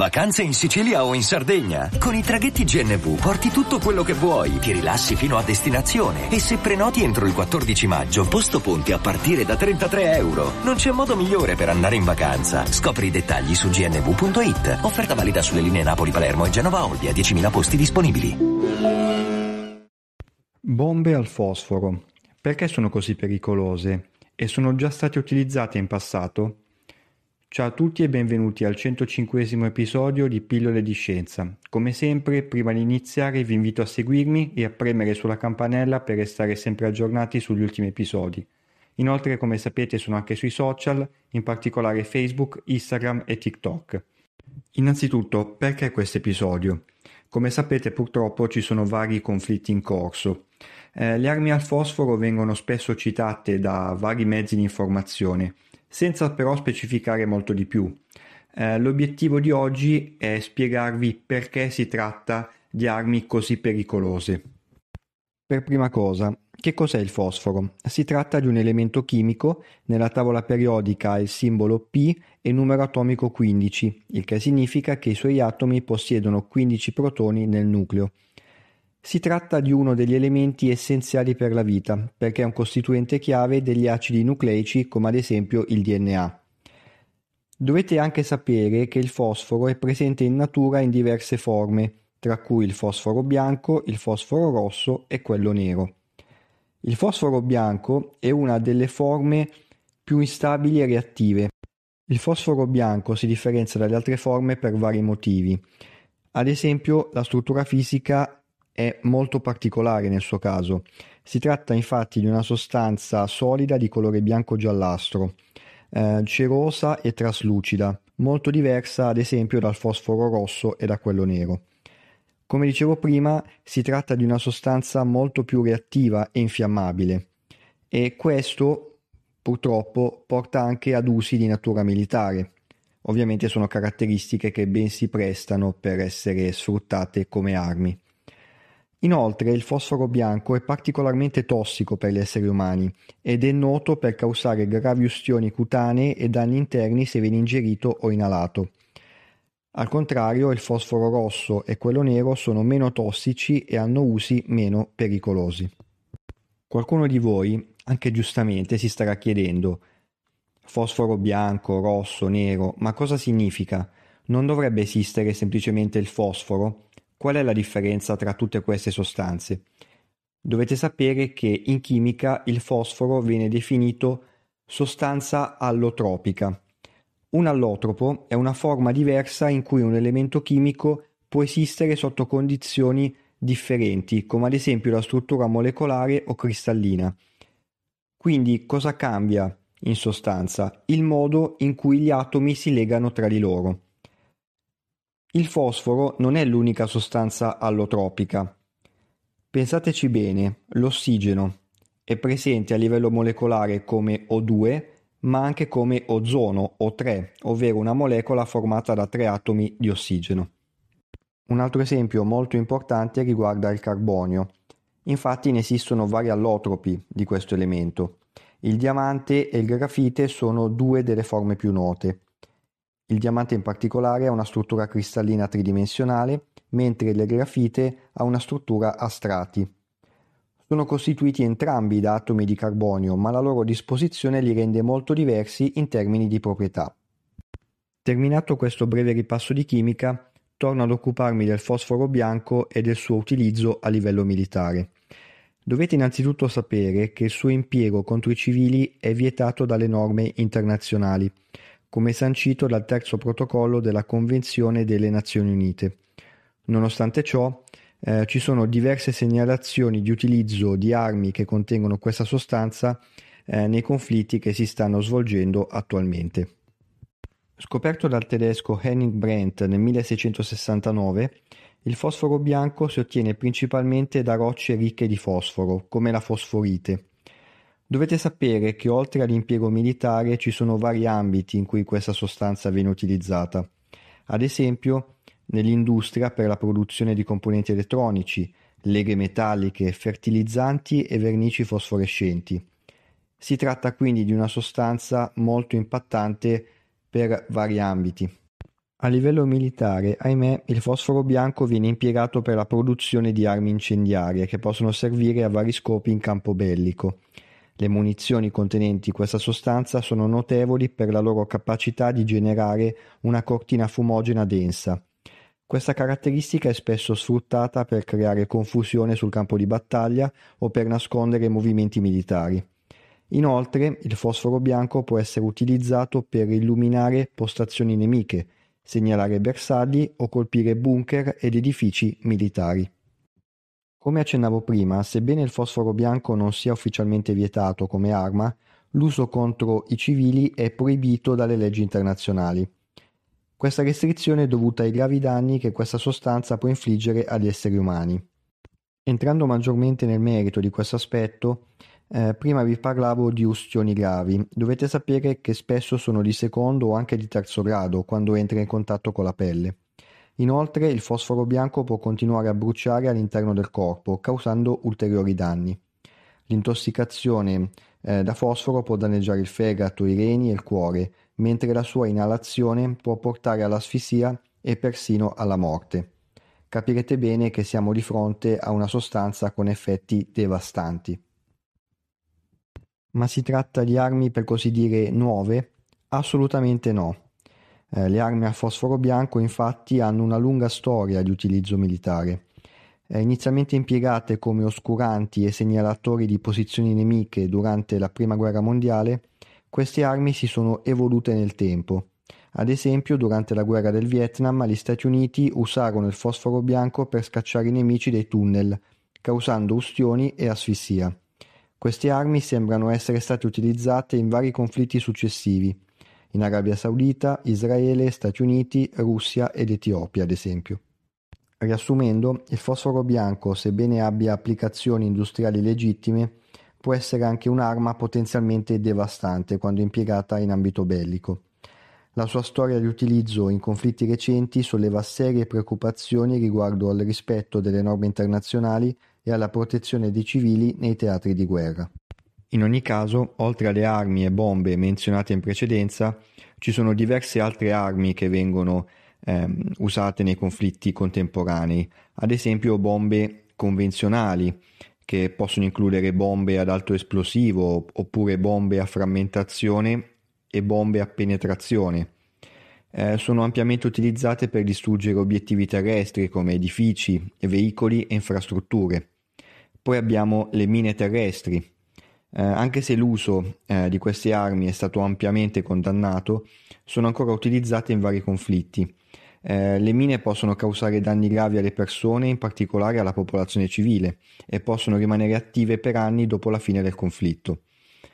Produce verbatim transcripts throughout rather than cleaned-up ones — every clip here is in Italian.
Vacanze in Sicilia o in Sardegna? Con i traghetti G N V porti tutto quello che vuoi, ti rilassi fino a destinazione e se prenoti entro il quattordici maggio, posto ponti a partire da trentatré euro. Non c'è modo migliore per andare in vacanza. Scopri i dettagli su g n v punto i t. Offerta valida sulle linee Napoli-Palermo e Genova-Olbia, diecimila posti disponibili. Bombe al fosforo. Perché sono così pericolose? E sono già state utilizzate in passato? Ciao a tutti e benvenuti al centocinquesimo episodio di Pillole di Scienza. Come sempre, prima di iniziare vi invito a seguirmi e a premere sulla campanella per restare sempre aggiornati sugli ultimi episodi. Inoltre, come sapete, sono anche sui social, in particolare Facebook, Instagram e TikTok. Innanzitutto, perché questo episodio? Come sapete, purtroppo ci sono vari conflitti in corso. Eh, le armi al fosforo vengono spesso citate da vari mezzi di informazione, senza però specificare molto di più. Eh, l'obiettivo di oggi è spiegarvi perché si tratta di armi così pericolose. Per prima cosa, che cos'è il fosforo? Si tratta di un elemento chimico, nella tavola periodica ha il simbolo P e numero atomico quindici, il che significa che i suoi atomi possiedono quindici protoni nel nucleo. Si tratta di uno degli elementi essenziali per la vita, perché è un costituente chiave degli acidi nucleici, come ad esempio il D N A. Dovete anche sapere che il fosforo è presente in natura in diverse forme, tra cui il fosforo bianco, il fosforo rosso e quello nero. Il fosforo bianco è una delle forme più instabili e reattive. Il fosforo bianco si differenzia dalle altre forme per vari motivi. Ad esempio, la struttura fisica è molto particolare nel suo caso. Si tratta infatti di una sostanza solida di colore bianco-giallastro, eh, cerosa e traslucida, molto diversa ad esempio dal fosforo rosso e da quello nero. Come dicevo prima, si tratta di una sostanza molto più reattiva e infiammabile e questo purtroppo porta anche ad usi di natura militare. Ovviamente sono caratteristiche che ben si prestano per essere sfruttate come armi. Inoltre il fosforo bianco è particolarmente tossico per gli esseri umani ed è noto per causare gravi ustioni cutanee e danni interni se viene ingerito o inalato. Al contrario, il fosforo rosso e quello nero sono meno tossici e hanno usi meno pericolosi. Qualcuno di voi, anche giustamente, si starà chiedendo: fosforo bianco, rosso, nero, ma cosa significa? Non dovrebbe esistere semplicemente il fosforo? Qual è la differenza tra tutte queste sostanze? Dovete sapere che in chimica il fosforo viene definito sostanza allotropica. Un allotropo è una forma diversa in cui un elemento chimico può esistere sotto condizioni differenti, come ad esempio la struttura molecolare o cristallina. Quindi cosa cambia in sostanza? Il modo in cui gli atomi si legano tra di loro. Il fosforo non è l'unica sostanza allotropica. Pensateci bene, l'ossigeno è presente a livello molecolare come O due, ma anche come ozono O tre, ovvero una molecola formata da tre atomi di ossigeno. Un altro esempio molto importante riguarda il carbonio. Infatti ne esistono vari allotropi di questo elemento. Il diamante e il grafite sono due delle forme più note. Il diamante in particolare ha una struttura cristallina tridimensionale, mentre il grafite ha una struttura a strati. Sono costituiti entrambi da atomi di carbonio, ma la loro disposizione li rende molto diversi in termini di proprietà. Terminato questo breve ripasso di chimica, torno ad occuparmi del fosforo bianco e del suo utilizzo a livello militare. Dovete innanzitutto sapere che il suo impiego contro i civili è vietato dalle norme internazionali, come sancito dal terzo protocollo della Convenzione delle Nazioni Unite. Nonostante ciò, eh, ci sono diverse segnalazioni di utilizzo di armi che contengono questa sostanza eh, nei conflitti che si stanno svolgendo attualmente. Scoperto dal tedesco Henning Brandt nel milleseicentosessantanove, il fosforo bianco si ottiene principalmente da rocce ricche di fosforo, come la fosforite. Dovete sapere che oltre all'impiego militare ci sono vari ambiti in cui questa sostanza viene utilizzata. Ad esempio, nell'industria per la produzione di componenti elettronici, leghe metalliche, fertilizzanti e vernici fosforescenti. Si tratta quindi di una sostanza molto impattante per vari ambiti. A livello militare, ahimè, il fosforo bianco viene impiegato per la produzione di armi incendiarie che possono servire a vari scopi in campo bellico. Le munizioni contenenti questa sostanza sono notevoli per la loro capacità di generare una cortina fumogena densa. Questa caratteristica è spesso sfruttata per creare confusione sul campo di battaglia o per nascondere movimenti militari. Inoltre, il fosforo bianco può essere utilizzato per illuminare postazioni nemiche, segnalare bersagli o colpire bunker ed edifici militari. Come accennavo prima, sebbene il fosforo bianco non sia ufficialmente vietato come arma, l'uso contro i civili è proibito dalle leggi internazionali. Questa restrizione è dovuta ai gravi danni che questa sostanza può infliggere agli esseri umani. Entrando maggiormente nel merito di questo aspetto, eh, prima vi parlavo di ustioni gravi. Dovete sapere che spesso sono di secondo o anche di terzo grado quando entra in contatto con la pelle. Inoltre il fosforo bianco può continuare a bruciare all'interno del corpo, causando ulteriori danni. L'intossicazione eh, da fosforo può danneggiare il fegato, i reni e il cuore, mentre la sua inalazione può portare all'asfissia e persino alla morte. Capirete bene che siamo di fronte a una sostanza con effetti devastanti. Ma si tratta di armi per così dire nuove? Assolutamente no. Eh, le armi a fosforo bianco infatti hanno una lunga storia di utilizzo militare. Eh, inizialmente impiegate come oscuranti e segnalatori di posizioni nemiche durante la Prima Guerra Mondiale, queste armi si sono evolute nel tempo. Ad esempio, durante la guerra del Vietnam, gli Stati Uniti usarono il fosforo bianco per scacciare i nemici dai tunnel, causando ustioni e asfissia. Queste armi sembrano essere state utilizzate in vari conflitti successivi, in Arabia Saudita, Israele, Stati Uniti, Russia ed Etiopia, ad esempio. Riassumendo, il fosforo bianco, sebbene abbia applicazioni industriali legittime, può essere anche un'arma potenzialmente devastante quando impiegata in ambito bellico. La sua storia di utilizzo in conflitti recenti solleva serie preoccupazioni riguardo al rispetto delle norme internazionali e alla protezione dei civili nei teatri di guerra. In ogni caso, oltre alle armi e bombe menzionate in precedenza, ci sono diverse altre armi che vengono ehm, usate nei conflitti contemporanei, ad esempio bombe convenzionali, che possono includere bombe ad alto esplosivo oppure bombe a frammentazione e bombe a penetrazione. Eh, sono ampiamente utilizzate per distruggere obiettivi terrestri come edifici, veicoli e infrastrutture. Poi abbiamo le mine terrestri. Eh, anche se l'uso eh, di queste armi è stato ampiamente condannato, sono ancora utilizzate in vari conflitti. Eh, le mine possono causare danni gravi alle persone, in particolare alla popolazione civile, e possono rimanere attive per anni dopo la fine del conflitto.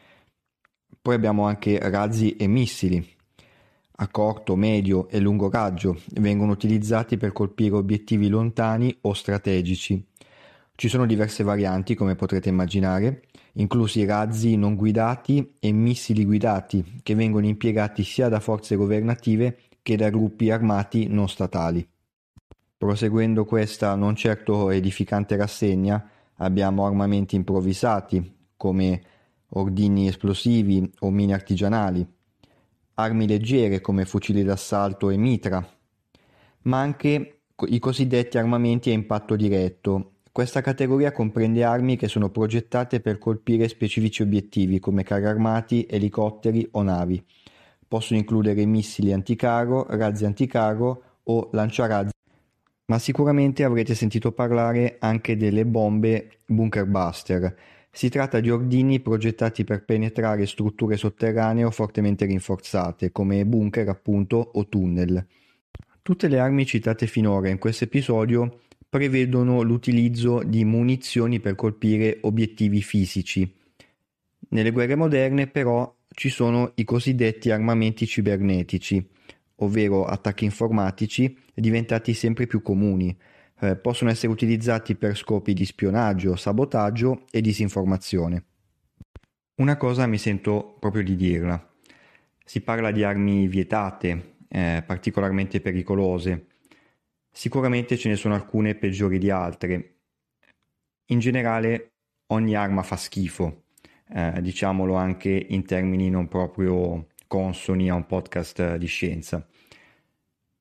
Poi abbiamo anche razzi e missili a corto, medio e lungo raggio, vengono utilizzati per colpire obiettivi lontani o strategici. Ci sono diverse varianti, come potrete immaginare, inclusi razzi non guidati e missili guidati, che vengono impiegati sia da forze governative che da gruppi armati non statali. Proseguendo questa non certo edificante rassegna, abbiamo armamenti improvvisati, come ordigni esplosivi o mine artigianali, armi leggere come fucili d'assalto e mitra, ma anche i cosiddetti armamenti a impatto diretto. Questa categoria comprende armi che sono progettate per colpire specifici obiettivi come carri armati, elicotteri o navi. Possono includere missili anticarro, razzi anticarro o lanciarazzi. Ma sicuramente avrete sentito parlare anche delle bombe bunker buster. Si tratta di ordigni progettati per penetrare strutture sotterranee o fortemente rinforzate, come bunker appunto o tunnel. Tutte le armi citate finora in questo episodio prevedono l'utilizzo di munizioni per colpire obiettivi fisici. Nelle guerre moderne però ci sono i cosiddetti armamenti cibernetici, ovvero attacchi informatici diventati sempre più comuni. Eh, possono essere utilizzati per scopi di spionaggio, sabotaggio e disinformazione. Una cosa mi sento proprio di dirla. Si parla di armi vietate, eh, particolarmente pericolose. Sicuramente ce ne sono alcune peggiori di altre. In generale ogni arma fa schifo, eh, diciamolo anche in termini non proprio consoni a un podcast di scienza.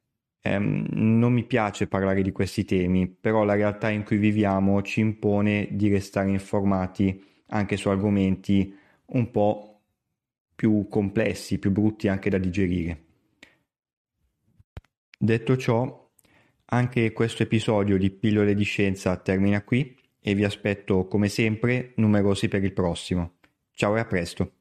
Ehm, non mi piace parlare di questi temi, però la realtà in cui viviamo ci impone di restare informati anche su argomenti un po' più complessi, più brutti anche da digerire. Detto ciò, anche questo episodio di Pillole di Scienza termina qui e vi aspetto come sempre numerosi per il prossimo. Ciao e a presto!